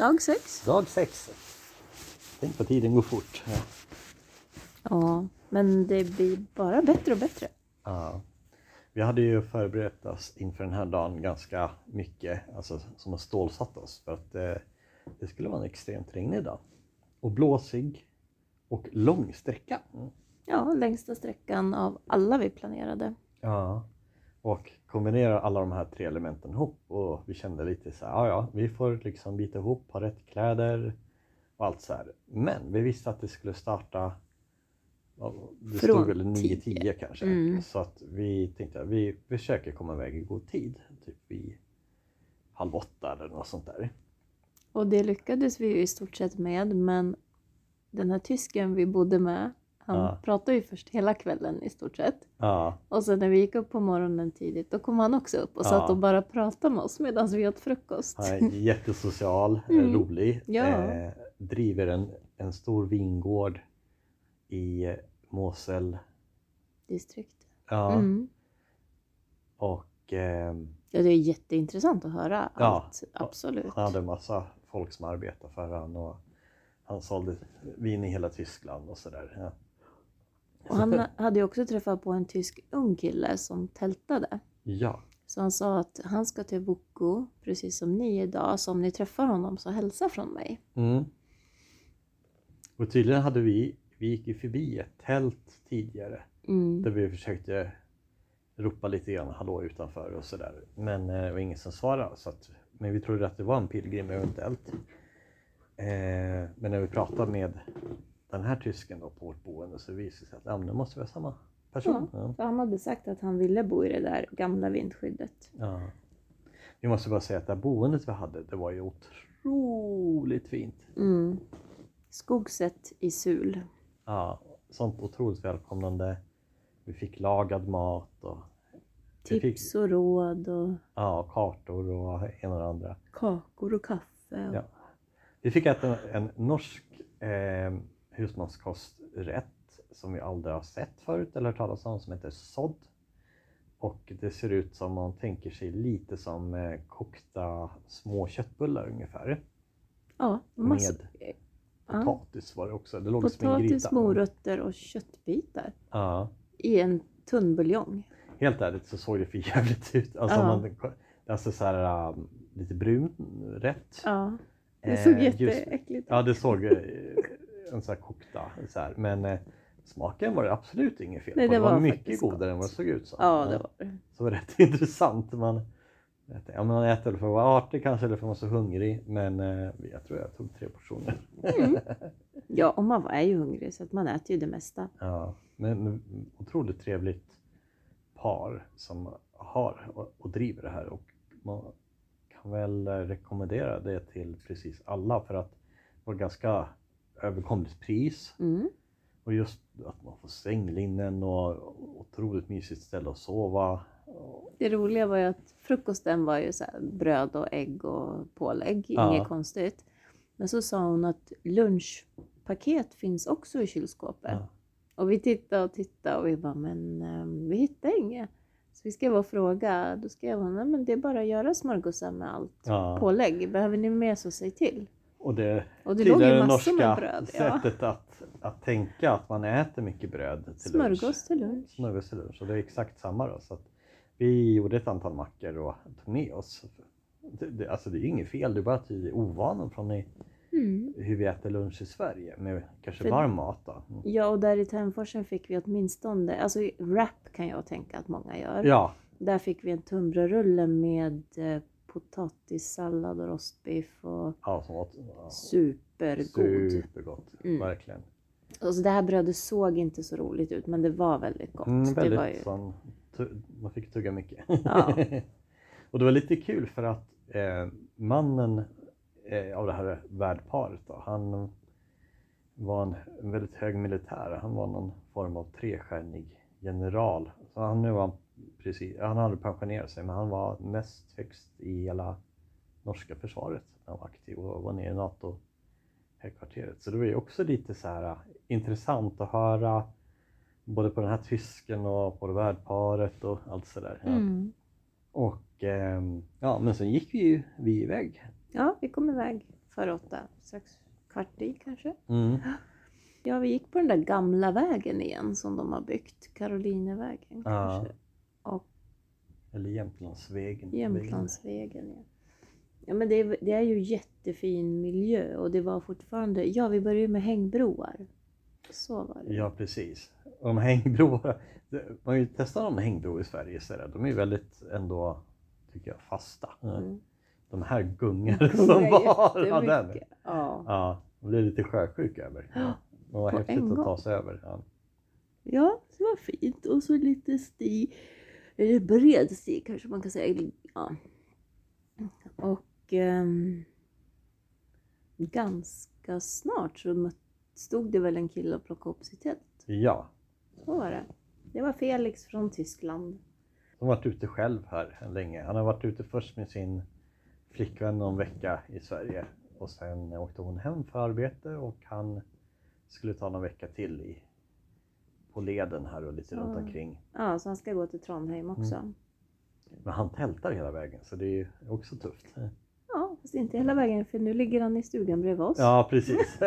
Dag 6. Dag 6. Tänk på tiden går fort. Ja, men det blir bara bättre och bättre. Ja. Vi hade ju förberett oss inför den här dagen ganska mycket. Alltså som har stålsatt oss. För att det skulle vara en extremt regnig dag. Och blåsig. Och lång sträcka. Ja, längsta sträckan av alla vi planerade. Ja. Och kombinera alla de här 3 elementen ihop. Och vi kände lite så här, ja, vi får liksom bita ihop, ha rätt kläder och allt så här. Men vi visste att det skulle starta, det Från stod väl 9-10 kanske. Mm. Så att vi tänkte att vi försöker komma iväg i god tid. Typ vid 7:30 eller något sånt där. Och det lyckades vi ju i stort sett med, men den här tysken vi bodde med, han pratade ju först hela kvällen i stort sett. Ja. Och sen när vi gick upp på morgonen tidigt, då kom han också upp och satt och bara pratade med oss medan vi åt frukost. Han är jättesocial, rolig. Ja. Driver en stor vingård i Mosel. Distrikt. Ja. Mm. Och Ja, det är jätteintressant att höra allt, absolut. Han hade en massa folk som arbetade för han och han sålde vin i hela Tyskland och sådär. Ja. Och han hade ju också träffat på en tysk ung kille som tältade. Ja. Så han sa att han ska till Boko, precis som ni idag. Så om ni träffar honom så hälsa från mig. Mm. Och tydligen hade vi gick ju förbi ett tält tidigare. Där vi försökte ropa lite grann hallå utanför och sådär. Men det var ingen som svarade. Men vi trodde att det var en pilgrim eventuellt. Men när vi pratade med den här tysken då på vårt boende så visade det sig att det måste vara samma person. Ja, för han hade sagt att han ville bo i det där gamla vindskyddet. Ja. Vi måste bara säga att det här boendet vi hade, det var ju otroligt fint. Skogset i Sul. Ja, sånt otroligt välkomnande. Vi fick lagad mat och tips och råd och kartor och en och andra. Kakor och kaffe. Ja. Vi fick äta en norsk husmanskosträtt som vi aldrig har sett förut eller hört talas om, som heter sodd. Och det ser ut som man tänker sig lite som kokta små köttbullar ungefär. Ja, med potatis var det också. Det låg som en gryta. Potatis, morötter och köttbitar. Ja. I en tunn buljong. Helt ärligt så såg det för jävligt ut. Alltså så här lite brun rätt. Ja. Det såg jätteäckligt ut. Ja, det såg en sån här kokta så här. Men smaken var det absolut inget fel på. Nej, det var mycket godare än vad det såg ut som. Ja, det var det. Så det var rätt intressant. Man äter för att vara artig kanske eller för att vara så hungrig. Men jag tror jag tog 3 portioner. Ja, och man är ju hungrig så att man äter ju det mesta. Ja, men otroligt trevligt par som har och driver det här. Och man kan väl rekommendera det till precis alla för att det var ganska överkomligt pris. Och just att man får sänglinnen och otroligt mysigt ställe att sova. Det roliga var ju att frukosten var ju så här bröd och ägg och pålägg, inget konstigt. Men så sa hon att lunchpaket finns också i kylskåpet. Ja. Och vi tittade och vi bara, men vi hittade inget. Så vi skrev och fråga, då skrev hon, men det är bara att göra smörgåsar med allt pålägg. Behöver ni med så säg till. Och det låg ju massor norska med bröd. Sättet att tänka att man äter mycket bröd till smörgås till lunch. Smörgås till lunch. Och det är exakt samma då. Så att vi gjorde ett antal mackor och tog med oss. Alltså det är inget fel, det är bara att vi är ovana från hur vi äter lunch i Sverige. Med kanske varm mat då. Ja, och där i Tännforsen fick vi åtminstone, alltså wrap kan jag tänka att många gör. Ja. Där fick vi en tunnbrödsrulle med potatissallad och rostbiff och supergott, verkligen. Och så det här brödet såg inte så roligt ut, men det var väldigt gott. Väldigt det var ju... man fick tugga mycket. Ja. Och det var lite kul för att mannen av det här värdparet då, han var en väldigt hög militär. Han var någon form av 3-stjärnig general. Så han hade pensionerat sig, men han var näst högst i hela norska försvaret. Han var aktiv och var nere i NATO-högkvarteret. Så det var ju också lite så här intressant att höra både på den här tysken och på det värdparet och allt sådär. Ja. Och men sen gick vi iväg. Ja, vi kom iväg. före 8, 6, kvart i kanske. Mm. Ja, vi gick på den där gamla vägen igen som de har byggt. Karolinevägen kanske. Och Eller Jämtlandsvägen. Jämtlandsvägen, ja. Ja, men det är ju jättefin miljö och det var fortfarande, ja, vi började med hängbroar. Så var det. Ja, precis. Om hängbroar, man har ju testat de hängbroar i Sverige istället. De är ju väldigt ändå, tycker jag, fasta. De här gungar som var den. Ja, det blev lite sjösjuk över. Ja. Det var häftigt att ta sig över. Ja, det var fint. Och så lite stig, eller bred stig kanske man kan säga. Ja. Och ganska snart så stod det väl en kille och plockade upp sitt tält. Ja. Så var det. Det var Felix från Tyskland. Han har varit ute själv här länge. Han har varit ute först med sin flickvän någon vecka i Sverige. Och sen åkte hon hem för arbete och han skulle ta någon vecka till på leden här och lite runt omkring. Ja, så han ska gå till Trondheim också. Men han tältar hela vägen så det är också tufft. Ja, fast inte hela vägen för nu ligger han i stugan bredvid oss. Ja, precis.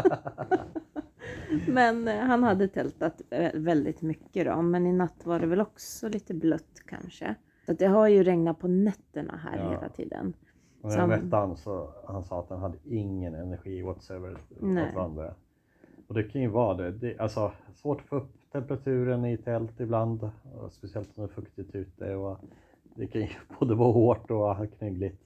Men han hade tältat väldigt mycket då. Men i natt var det väl också lite blött kanske. Så det har ju regnat på nätterna här hela tiden. Och när jag mätte han så han sa att han hade ingen energi whatsoever att vandra. Och det kan ju vara det. Alltså svårt att få upp temperaturen i tält ibland. Och speciellt om det är fuktigt ute. Och det kan ju både vara hårt och knöggligt.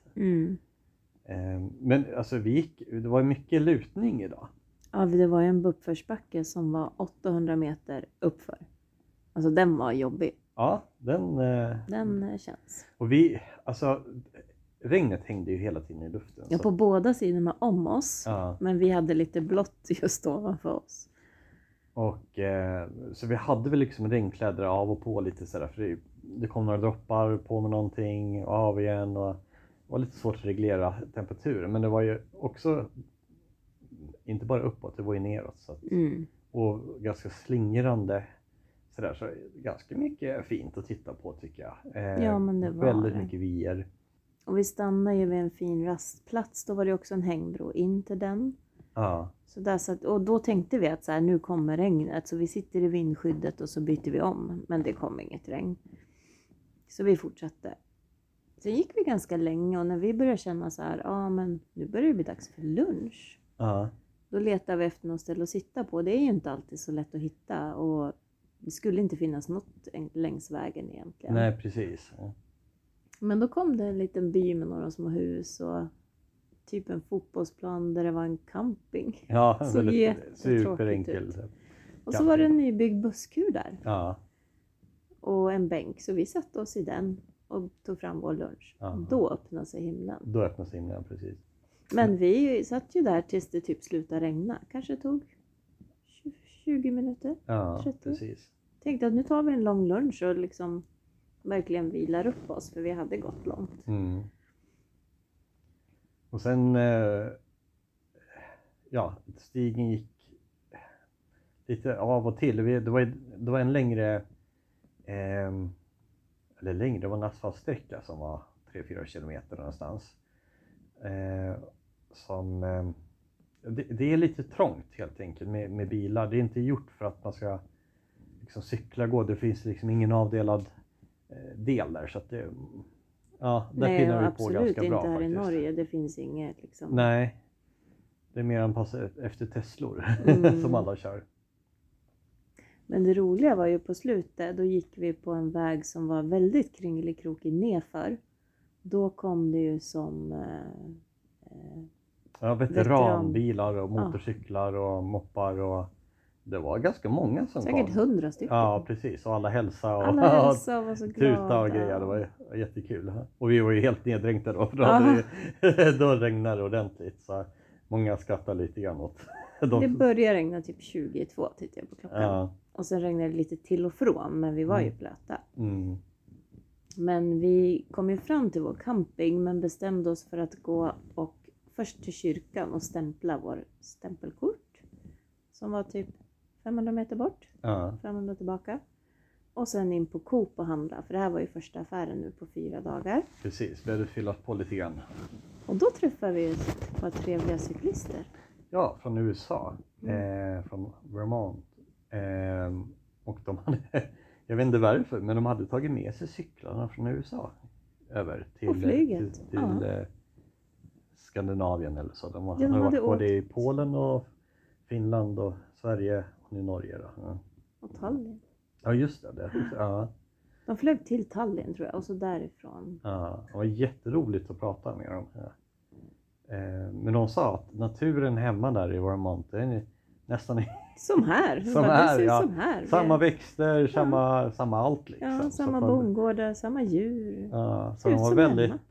Men alltså det var mycket lutning idag. Ja, det var ju en uppförsbacke som var 800 meter uppför. Alltså den var jobbig. Ja, den känns. Och regnet hängde ju hela tiden i luften. Ja, på båda sidorna om oss. Ja. Men vi hade lite blått just ovanför oss. Och så vi hade väl liksom regnkläder av och på lite sådär. För det kom några droppar på med någonting och av igen. Och det var lite svårt att reglera temperaturen. Men det var ju också inte bara uppåt, det var ju neråt. Så att, och ganska slingrande. Så ganska mycket fint att titta på tycker jag. Ja, men det var väldigt mycket vier. Och vi stannade ju vid en fin rastplats. Då var det också en hängbro in till den. Ja. Och då tänkte vi att så här, nu kommer regnet. Så vi sitter i vindskyddet och så byter vi om. Men det kom inget regn. Så vi fortsatte. Sen gick vi ganska länge och när vi började känna så här, men nu börjar det bli dags för lunch. Ja. Då letar vi efter något ställe att sitta på. Det är ju inte alltid så lätt att hitta. Och det skulle inte finnas något längs vägen egentligen. Nej, precis. Ja. Men då kom det en liten by med några små hus och typ en fotbollsplan där det var en camping. Ja, så superenkel. Och så var det en nybyggd busskur där. Ja. Och en bänk. Så vi satte oss i den och tog fram vår lunch. Ja. Då öppnade sig himlen. Då öppnade sig himlen, precis. Men vi satt ju där tills det typ slutade regna. Kanske tog 20 minuter. Ja, 30. precis. Tänkte att nu tar vi en lång lunch och liksom verkligen vilar upp oss. För vi hade gått långt. Och sen stigen gick lite av och till. Det var en längre det var en asfaltsträcka som var 3-4 kilometer någonstans. Det är lite trångt helt enkelt med bilar. Det är inte gjort för att man ska liksom cykla och gå. Det finns liksom ingen avdelad del där. Så att där finner vi på ganska bra. Absolut inte här faktiskt. I Norge. Det finns inget liksom. Nej. Det är mer anpassat efter Teslor som alla kör. Men det roliga var ju på slutet. Då gick vi på en väg som var väldigt kringelikrokig nedför. Då kom det ju som veteranbilar och motorcyklar och moppar och det var ganska många som säkert kom. 100 stycken. Ja, precis. Och alla hälsa och var så glada. Tuta och grejer. Det var jättekul. Och vi var ju helt neddränkta då. För då regnade det ordentligt. Så många skrattade lite grann åt. Det började regna typ 22 tittade jag på klockan. Ja. Och sen regnade det lite till och från. Men vi var ju blöta. Mm. Men vi kom ju fram till vår camping. Men bestämde oss för att gå och först till kyrkan och stämpla vår stämpelkort. Som var typ 500 meter bort. 500 tillbaka. Och sen in på Coop och handla. För det här var ju första affären nu på 4 dagar. Precis, behövde fyllas på lite grann. Och då träffade vi ett par trevliga cyklister. Ja, från USA. Från Vermont. Och de hade, jag vet inte varför, men de hade tagit med sig cyklarna från USA. Över till, På flyget. till Skandinavien eller så. De de har hade varit både i Polen och Finland och Sverige och nu Norge. Då. Ja. Och Tallinn. Ja, just det. Ja. De flög till Tallinn tror jag och så därifrån. Ja, det var jätteroligt att prata med dem. Ja. Men de sa att naturen hemma där i Vermont är nästan som här. som här, ja. Som här. Samma växter, samma allt liksom. Ja, samma bondgårdar, samma djur. Ja, så de var väldigt,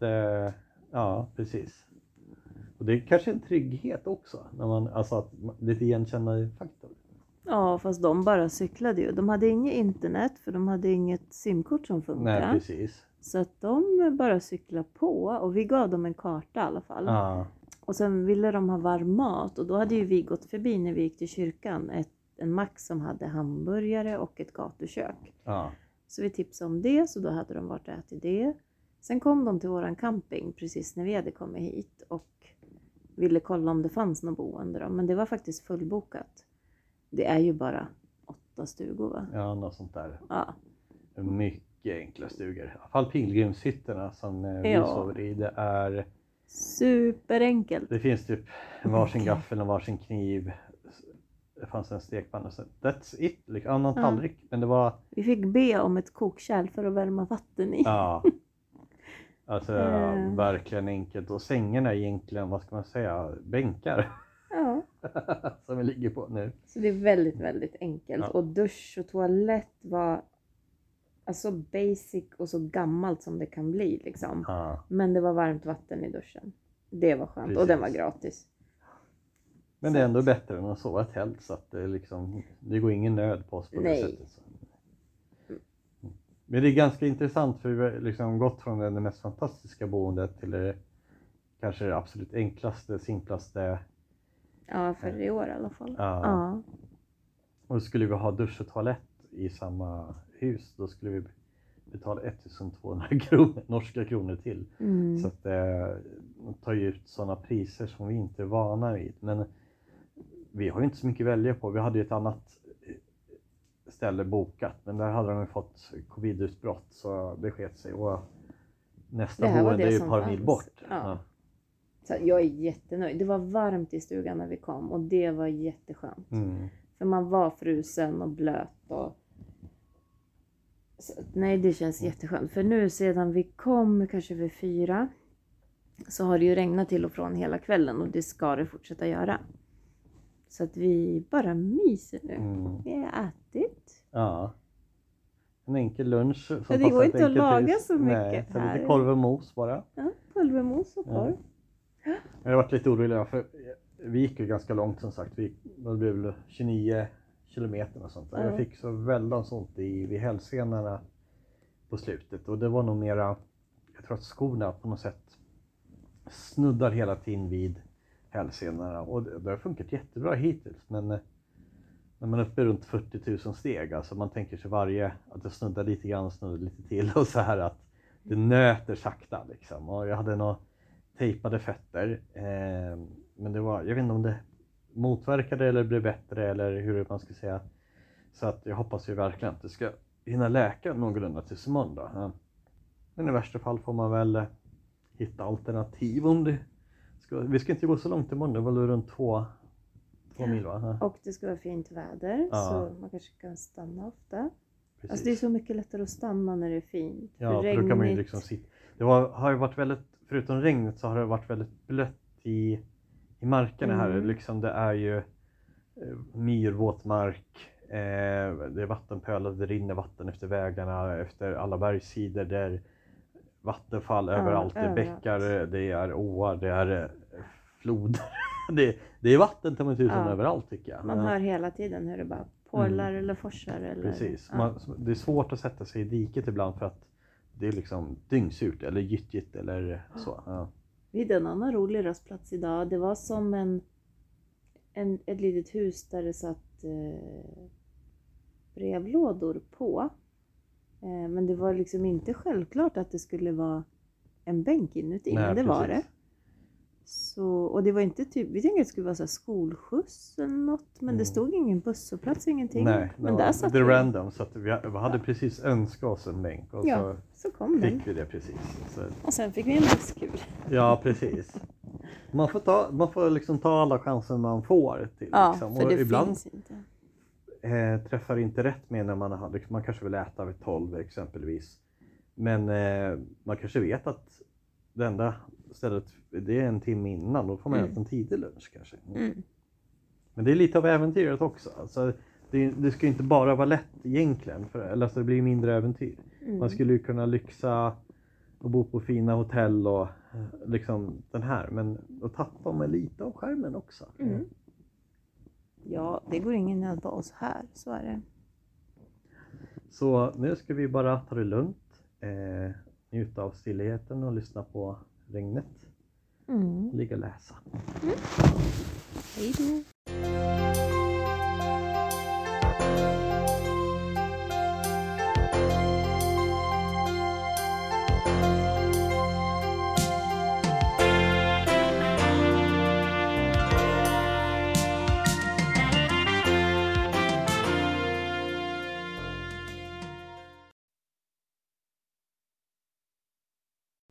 ja precis. Och det är kanske en trygghet också, när man, alltså att lite igenkänna faktor. Ja, fast de bara cyklade ju. De hade inget internet för de hade inget simkort som funkade. Nej, precis. Så att de bara cyklade på och vi gav dem en karta i alla fall. Ja. Och sen ville de ha varm mat och då hade ju vi gått förbi när vi gick till kyrkan en mack som hade hamburgare och ett gatukök. Ja. Så vi tipsade om det, så då hade de varit och ätit det. Sen kom de till våran camping precis när vi hade kommit hit och ville kolla om det fanns något boende då. Men det var faktiskt fullbokat. Det är ju bara 8 stugor va? Ja, något sånt där. Ja. Mycket enkla stugor. I alla fall pilgrimshytterna som vi sover i. Det är superenkelt. Det finns typ en varsin gaffel och varsin kniv. Det fanns en stekpanna. That's it. Liksom, annan tallrik. Men det var... Vi fick be om ett kokkärl för att värma vatten i. Ja. Alltså verkligen enkelt. Och sängarna är egentligen, vad ska man säga, bänkar. Ja. Som vi ligger på nu. Så det är väldigt, väldigt enkelt. Ja. Och dusch och toalett var alltså basic och så gammalt som det kan bli liksom. Ja. Men det var varmt vatten i duschen. Det var skönt. Precis. Och den var gratis. Men det är ändå bättre än att sova i tält, så att det, liksom, det går ingen nöd på oss på det sättet. Så. Men det är ganska intressant, för vi har liksom gått från det mest fantastiska boendet till det kanske det absolut enklaste, simplaste. Ja, för i år i alla fall. Ja. Och skulle vi ha dusch och toalett i samma hus, då skulle vi betala 1200 norska kronor till. Så att de tar ju ut sådana priser som vi inte är vana vid. Men vi har ju inte så mycket att välja på. Vi hade ju ett annat ställe bokat, men där hade de ju fått covid-utbrott, så det sket sig. Och nästa boende är ju ett par mil bort. Ja. Så jag är jättenöjd. Det var varmt i stugan när vi kom och det var jätteskönt. För man var frusen och blöt och så, nej, det känns jätteskönt. För nu sedan vi kom kanske vid 4 så har det ju regnat till och från hela kvällen och det ska det fortsätta göra. Så att vi bara myser nu. Vi har ätit. Ja. En enkel lunch. Som det går inte att laga så mycket här. här. Lite korv och mos bara. Ja, pulvermos och korv. Ja. Jag har varit lite orolig för vi gick ju ganska långt som sagt. Det blev väl 29 kilometer och sånt. Jag fick så väldigt ont vid hälsenorna på slutet. Och det var nog mera, jag tror att skorna på något sätt snuddar hela tiden vid hälsenorna. Och det har funkat jättebra hittills. Men när man är uppe runt 40 000 steg, alltså man tänker sig att det snuddar lite grann, snuddar lite till och så här att det nöter sakta liksom. Och jag hade några tejpade fötter. Men det var, jag vet inte om det motverkade eller blev bättre eller hur man ska säga. Så att jag hoppas ju verkligen att det ska hinna läka någorlunda tills måndag. Ja. Men i värsta fall får man väl hitta alternativ om det ska. Vi ska inte gå så långt imorgon, det var runt 2 mil va? Ja. Och det ska vara fint väder så man kanske kan stanna ofta. Precis. Alltså det är så mycket lättare att stanna när det är fint. Ja, för då kan man ju liksom sitta. Har ju varit väldigt, förutom regnet så har det varit väldigt blött i markerna här. Liksom det är ju myrvåtmark, det är vattenpölar, det rinner vatten efter vägarna, efter alla bergssidor, det är vattenfall överallt, det är bäckar, det är åar, det är floder. det är vatten till mig tusen överallt tycker jag. Man hör hela tiden hur det bara porlar eller forsar. Eller, precis, det är svårt att sätta sig i diket ibland för att det är liksom dyngsurt eller gyttjigt eller så. Ja. Vi hade en annan rolig rastplats idag. Det var som ett litet hus där det satt brevlådor på. Men det var liksom inte självklart att det skulle vara en bänk inuti. Nej, men det precis. var det. Så, och det var inte typ, vi tänkte att det skulle vara så här skolskjuts eller något. Men det stod ingen busshållplats, ingenting. Nej, men där satt det vi. random. Så att vi hade precis önskat oss en bänk. Och så kom den. fick vi det precis. Så. Och sen fick vi en masskul. Ja, precis. Man får liksom ta alla chanser man får. Till, Ja, liksom. för och det ibland finns inte. Träffar inte rätt med när man kanske vill äta vid 12 exempelvis. Men man kanske vet att det enda stället, det är en timme innan. Då får man äta en tidig lunch kanske. Men det är lite av äventyret också. Alltså, det ska inte bara vara lätt egentligen. Eller så det blir mindre äventyr. Man skulle ju kunna lyxa och bo på fina hotell och liksom den här. Men då tappar man lite av skärmen också. Ja, det går ingen nöd på oss här. Så är det. Så nu ska vi bara ta det lugnt. Njuta av stillheten och lyssna på regnet. Ligga och läsa. Hej då.